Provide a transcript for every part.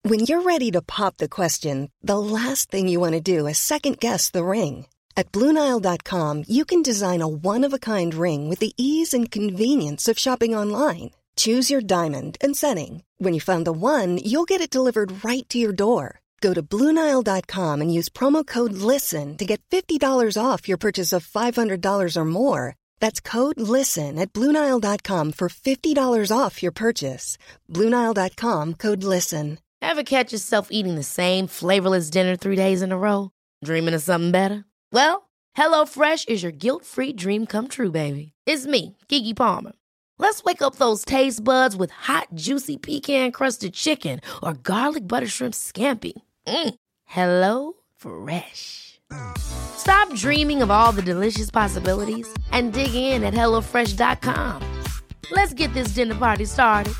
When you're ready to pop the question, the last thing you want to do is second-guess the ring. At BlueNile.com, you can design a one-of-a-kind ring with the ease and convenience of shopping online. Choose your diamond and setting. When you find the one, you'll get it delivered right to your door. Go to BlueNile.com and use promo code LISTEN to get $50 off your purchase of $500 or more. That's code LISTEN at BlueNile.com for $50 off your purchase. BlueNile.com, code LISTEN. Ever catch yourself eating the same flavorless dinner 3 days in a row? Dreaming of something better? Well, HelloFresh is your guilt-free dream come true, baby. It's me, Keke Palmer. Let's wake up those taste buds with hot, juicy pecan-crusted chicken or garlic butter shrimp scampi. HelloFresh. Stop dreaming of all the delicious possibilities and dig in at HelloFresh.com. Let's get this dinner party started.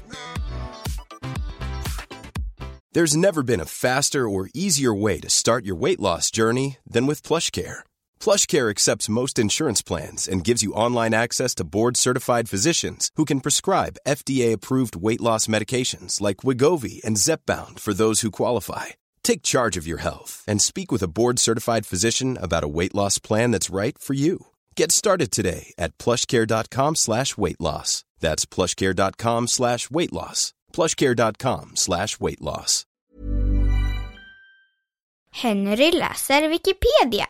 There's never been a faster or easier way to start your weight loss journey than with PlushCare. PlushCare accepts most insurance plans and gives you online access to board-certified physicians who can prescribe FDA-approved weight loss medications like Wegovy and Zepbound for those who qualify. Take charge of your health and speak with a board-certified physician about a weight loss plan that's right for you. Get started today at plushcare.com/weightloss. That's plushcare.com/weightloss. plushcare.com/weightloss. Henry läser Wikipedia.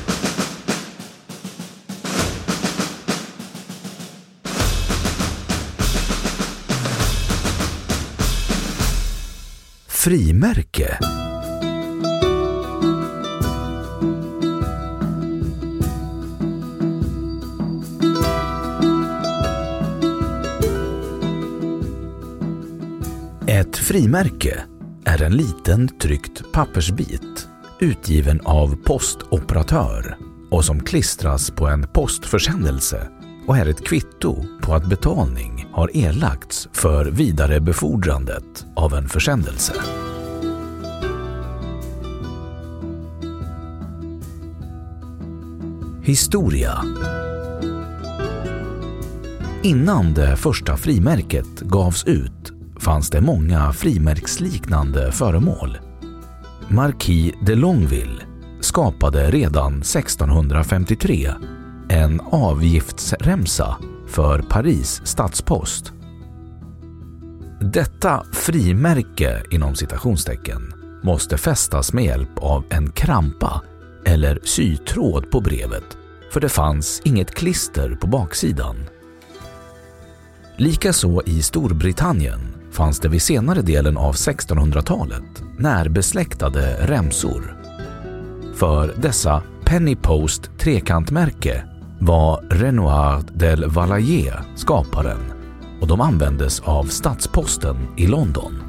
Frimärke. Ett frimärke är en liten tryckt pappersbit utgiven av postoperatör och som klistras på en postförsändelse och är ett kvitto på att betalning har erlagts för vidarebefordrandet av en försändelse. Historia. Innan det första frimärket gavs ut fanns det många frimärksliknande föremål. Marquis de Longueville skapade redan 1653 en avgiftsremsa för Paris stadspost. Detta frimärke inom citationstecken måste fästas med hjälp av en krampa eller sytråd på brevet, för det fanns inget klister på baksidan. Likaså i Storbritannien fanns det vid senare delen av 1600-talet närbesläktade remsor. För dessa Penny Post trekantmärke var Renoir del Valayer skaparen och de användes av stadsposten i London.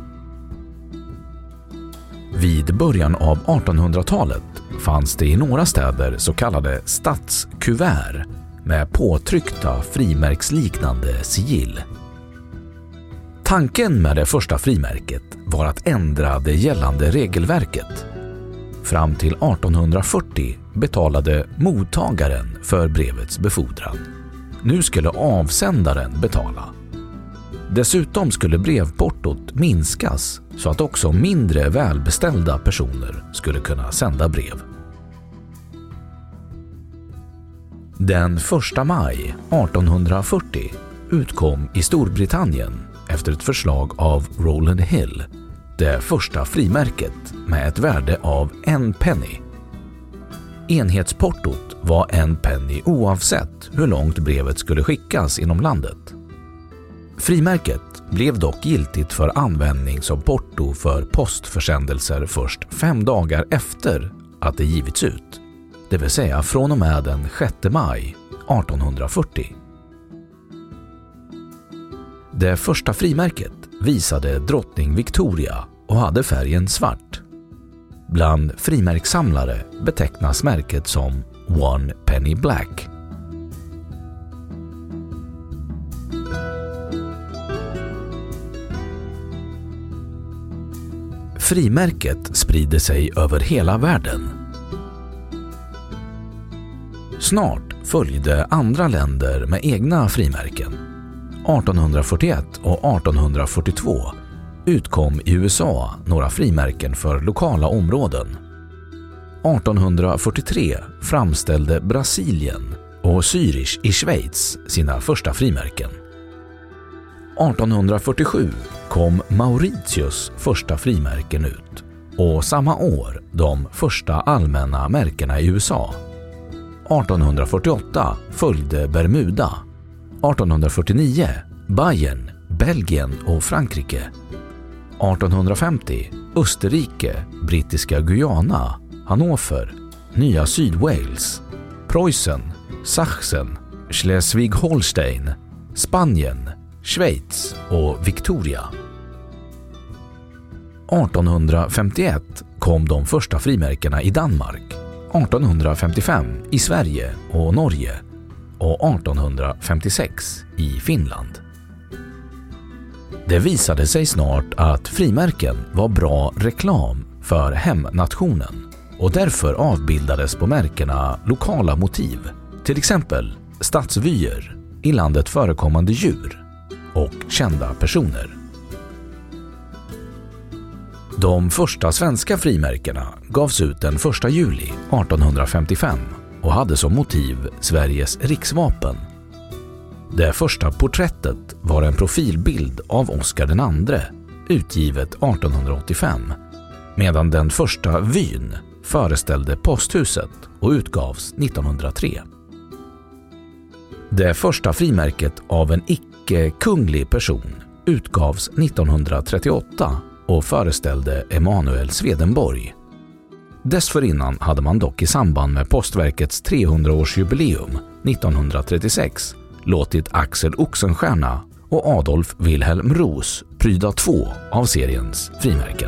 Vid början av 1800-talet fanns det i några städer så kallade stadskuvert med påtryckta frimärksliknande sigill. Tanken med det första frimärket var att ändra det gällande regelverket. Fram till 1840 betalade mottagaren för brevets befordran. Nu skulle avsändaren betala. Dessutom skulle brevportot minskas så att också mindre välbeställda personer skulle kunna sända brev. Den 1 maj 1840 utkom i Storbritannien efter ett förslag av Rowland Hill det första frimärket med ett värde av 1 penny. Enhetsportot var 1 penny oavsett hur långt brevet skulle skickas inom landet. Frimärket blev dock giltigt för användning som porto för postförsändelser först 5 dagar efter att det givits ut, det vill säga från och med den 6 maj 1840. Det första frimärket visade drottning Victoria och hade färgen svart. Bland frimärkssamlare betecknas märket som One Penny Black. Frimärket sprider sig över hela världen. Snart följde andra länder med egna frimärken. 1841 och 1842 utkom i USA några frimärken för lokala områden. 1843 framställde Brasilien och Zürich i Schweiz sina första frimärken. 1847 kom Mauritius första frimärken ut och samma år de första allmänna märkena i USA. 1848 följde Bermuda, 1849 Bayern, Belgien och Frankrike, 1850 Österrike, Brittiska Guyana, Hannover, Nya Sydwales, Preussen, Sachsen, Schleswig-Holstein, Spanien, Schweiz och Victoria. 1851 kom de första frimärkena i Danmark, 1855 i Sverige och Norge och 1856 i Finland. Det visade sig snart att frimärken var bra reklam för hemnationen och därför avbildades på märkena lokala motiv, till exempel stadsvyer, i landet förekommande djur och kända personer. De första svenska frimärkena gavs ut den 1 juli 1855 och hade som motiv Sveriges riksvapen. Det första porträttet var en profilbild av Oscar II, utgivet 1885, medan den första vyn föreställde posthuset och utgavs 1903. Det första frimärket av en icke-kunglig person utgavs 1938 och föreställde Emanuel Swedenborg. Dessförinnan hade man dock i samband med Postverkets 300-årsjubileum 1936 låtit Axel Oxenstierna och Adolf Wilhelm Roos pryda 2 av seriens frimärken.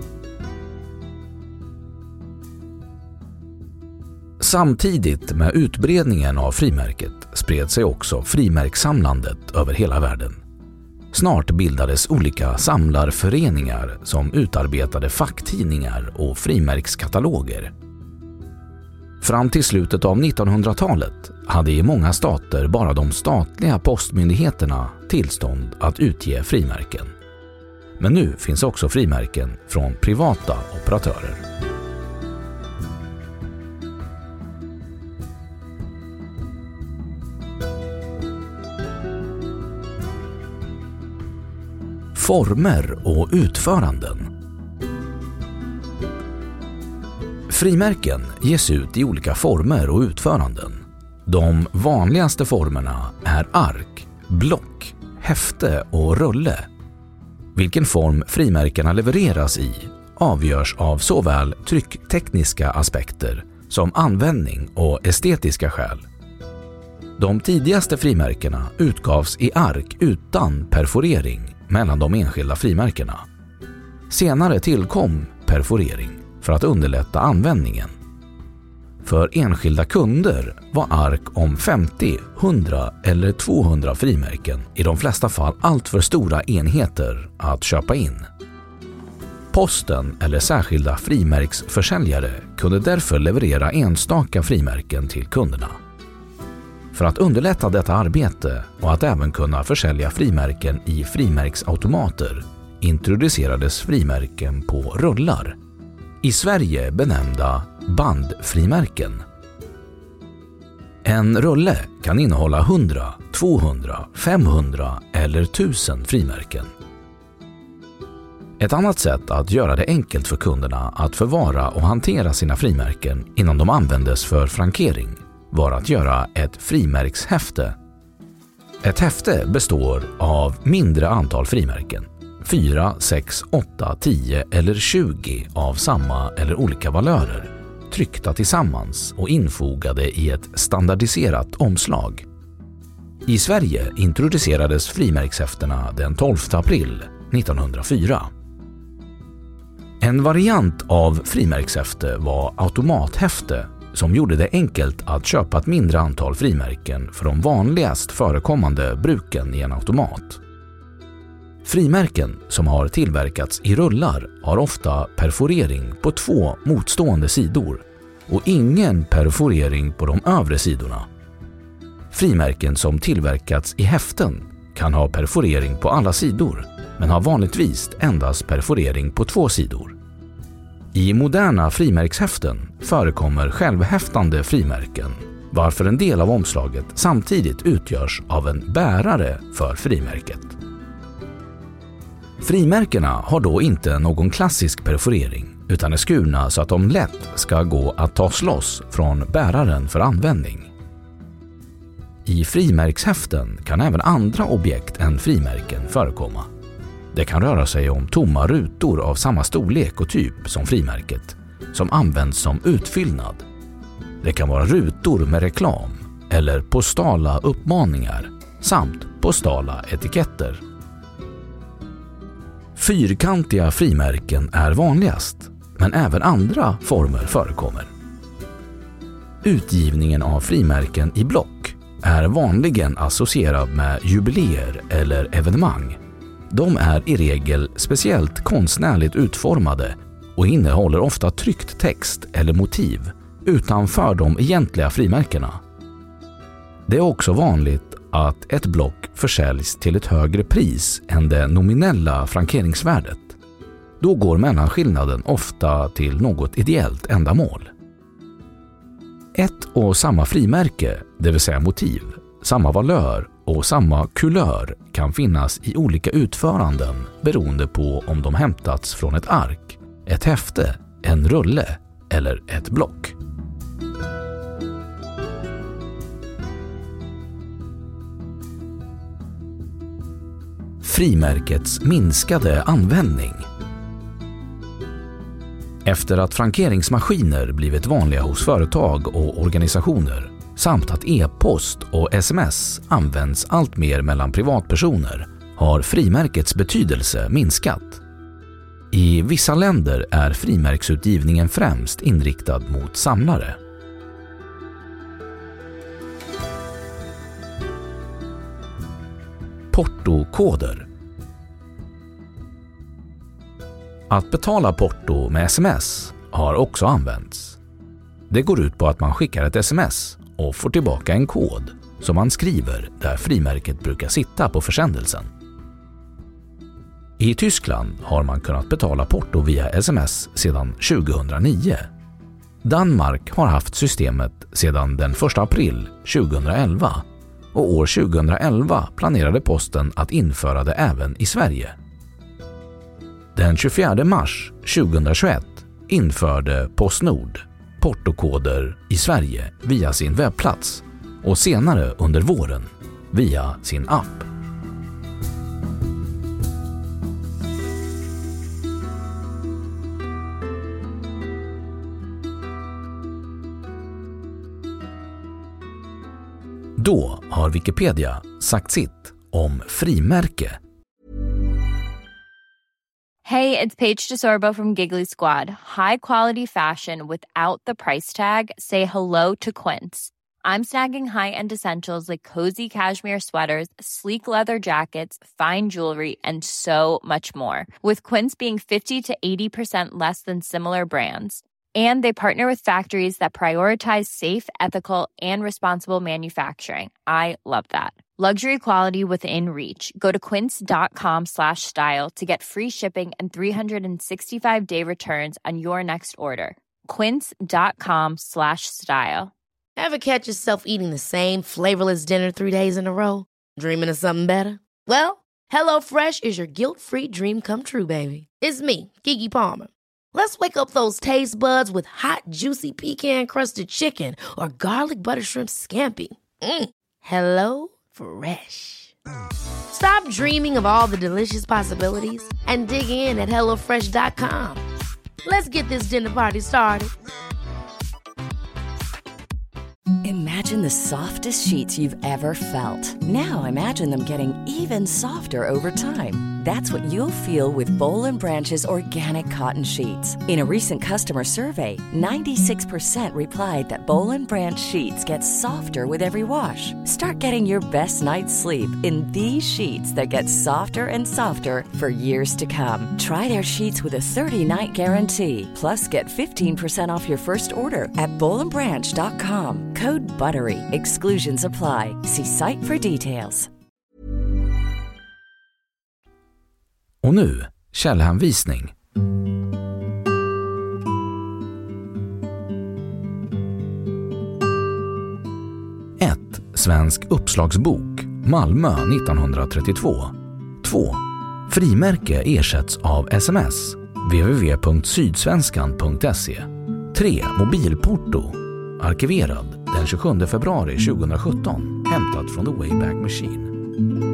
Samtidigt med utbredningen av frimärket spred sig också frimärkssamlandet över hela världen. Snart bildades olika samlarföreningar som utarbetade facktidningar och frimärkskataloger. Fram till slutet av 1900-talet hade i många stater bara de statliga postmyndigheterna tillstånd att utge frimärken. Men nu finns också frimärken från privata operatörer. Former och utföranden. Frimärken ges ut i olika former och utföranden. De vanligaste formerna är ark, block, häfte och rulle. Vilken form frimärkena levereras i avgörs av såväl trycktekniska aspekter som användning och estetiska skäl. De tidigaste frimärkena utgavs i ark utan perforering mellan de enskilda frimärkena. Senare tillkom perforering för att underlätta användningen. För enskilda kunder var ark om 50, 100 eller 200 frimärken i de flesta fall alltför stora enheter att köpa in. Posten eller särskilda frimärksförsäljare kunde därför leverera enstaka frimärken till kunderna. För att underlätta detta arbete och att även kunna försälja frimärken i frimärksautomater introducerades frimärken på rullar, i Sverige benämnda bandfrimärken. En rulle kan innehålla 100, 200, 500 eller 1000 frimärken. Ett annat sätt att göra det enkelt för kunderna att förvara och hantera sina frimärken innan de användes för frankering var att göra ett frimärkshäfte. Ett häfte består av mindre antal frimärken, 4, 6, 8, 10 eller 20 av samma eller olika valörer, tryckta tillsammans och infogade i ett standardiserat omslag. I Sverige introducerades frimärkshäftena den 12 april 1904. En variant av frimärkshäfte var automathäfte som gjorde det enkelt att köpa ett mindre antal frimärken för de vanligast förekommande bruken i en automat. Frimärken som har tillverkats i rullar har ofta perforering på 2 motstående sidor och ingen perforering på de övre sidorna. Frimärken som tillverkats i häften kan ha perforering på alla sidor men har vanligtvis endast perforering på 2 sidor. I moderna frimärkshäften förekommer självhäftande frimärken, varför en del av omslaget samtidigt utgörs av en bärare för frimärket. Frimärkena har då inte någon klassisk perforering utan är skurna så att de lätt ska gå att ta loss från bäraren för användning. I frimärkshäften kan även andra objekt än frimärken förekomma. Det kan röra sig om tomma rutor av samma storlek och typ som frimärket som används som utfyllnad. Det kan vara rutor med reklam eller postala uppmaningar samt postala etiketter. Fyrkantiga frimärken är vanligast, men även andra former förekommer. Utgivningen av frimärken i block är vanligen associerad med jubileer eller evenemang. De är i regel speciellt konstnärligt utformade och innehåller ofta tryckt text eller motiv utanför de egentliga frimärkena. Det är också vanligt att ett block försäljs till ett högre pris än det nominella frankeringsvärdet. Då går mellanskillnaden ofta till något ideellt ändamål. Ett och samma frimärke, det vill säga motiv, samma valör och samma kulör kan finnas i olika utföranden beroende på om de hämtats från ett ark, ett häfte, en rulle eller ett block. Frimärkets minskade användning. Efter att frankeringsmaskiner blivit vanliga hos företag och organisationer samt att e-post och sms används allt mer mellan privatpersoner har frimärkets betydelse minskat. I vissa länder är frimärksutgivningen främst inriktad mot samlare. Portokoder. Att betala porto med sms har också använts. Det går ut på att man skickar ett sms och får tillbaka en kod som man skriver där frimärket brukar sitta på försändelsen. I Tyskland har man kunnat betala porto via sms sedan 2009. Danmark har haft systemet sedan den 1 april 2011 och år 2011 planerade posten att införa det även i Sverige. Den 24 mars 2021 införde PostNord portokoder i Sverige via sin webbplats och senare under våren via sin app. Då har Wikipedia sagt sitt om frimärke. Hey, it's Paige DeSorbo from Giggly Squad. High quality fashion without the price tag. Say hello to Quince. I'm snagging high-end essentials like cozy cashmere sweaters, sleek leather jackets, fine jewelry, and so much more. With Quince being 50 to 80% less than similar brands. And they partner with factories that prioritize safe, ethical, and responsible manufacturing. I love that. Luxury quality within reach. Go to quince.com/style to get free shipping and 365-day returns on your next order. Quince.com/style. Ever catch yourself eating the same flavorless dinner 3 days in a row? Dreaming of something better? Well, HelloFresh is your guilt-free dream come true, baby. It's me, Keke Palmer. Let's wake up those taste buds with hot, juicy pecan-crusted chicken or garlic butter shrimp scampi. Hello Fresh. Stop dreaming of all the delicious possibilities and dig in at HelloFresh.com. Let's get this dinner party started. Imagine the softest sheets you've ever felt. Now imagine them getting even softer over time. That's what you'll feel with Boll & Branch's organic cotton sheets. In a recent customer survey, 96% replied that Boll & Branch sheets get softer with every wash. Start getting your best night's sleep in these sheets that get softer and softer for years to come. Try their sheets with a 30-night guarantee. Plus, get 15% off your first order at bollandbranch.com. Code BUTTERY. Exclusions apply. See site for details. Och nu källhänvisning. 1. Svensk uppslagsbok, Malmö 1932. 2. Frimärke ersätts av sms, www.sydsvenskan.se. 3. Mobilporto, arkiverad den 27 februari 2017, hämtat från The Wayback Machine.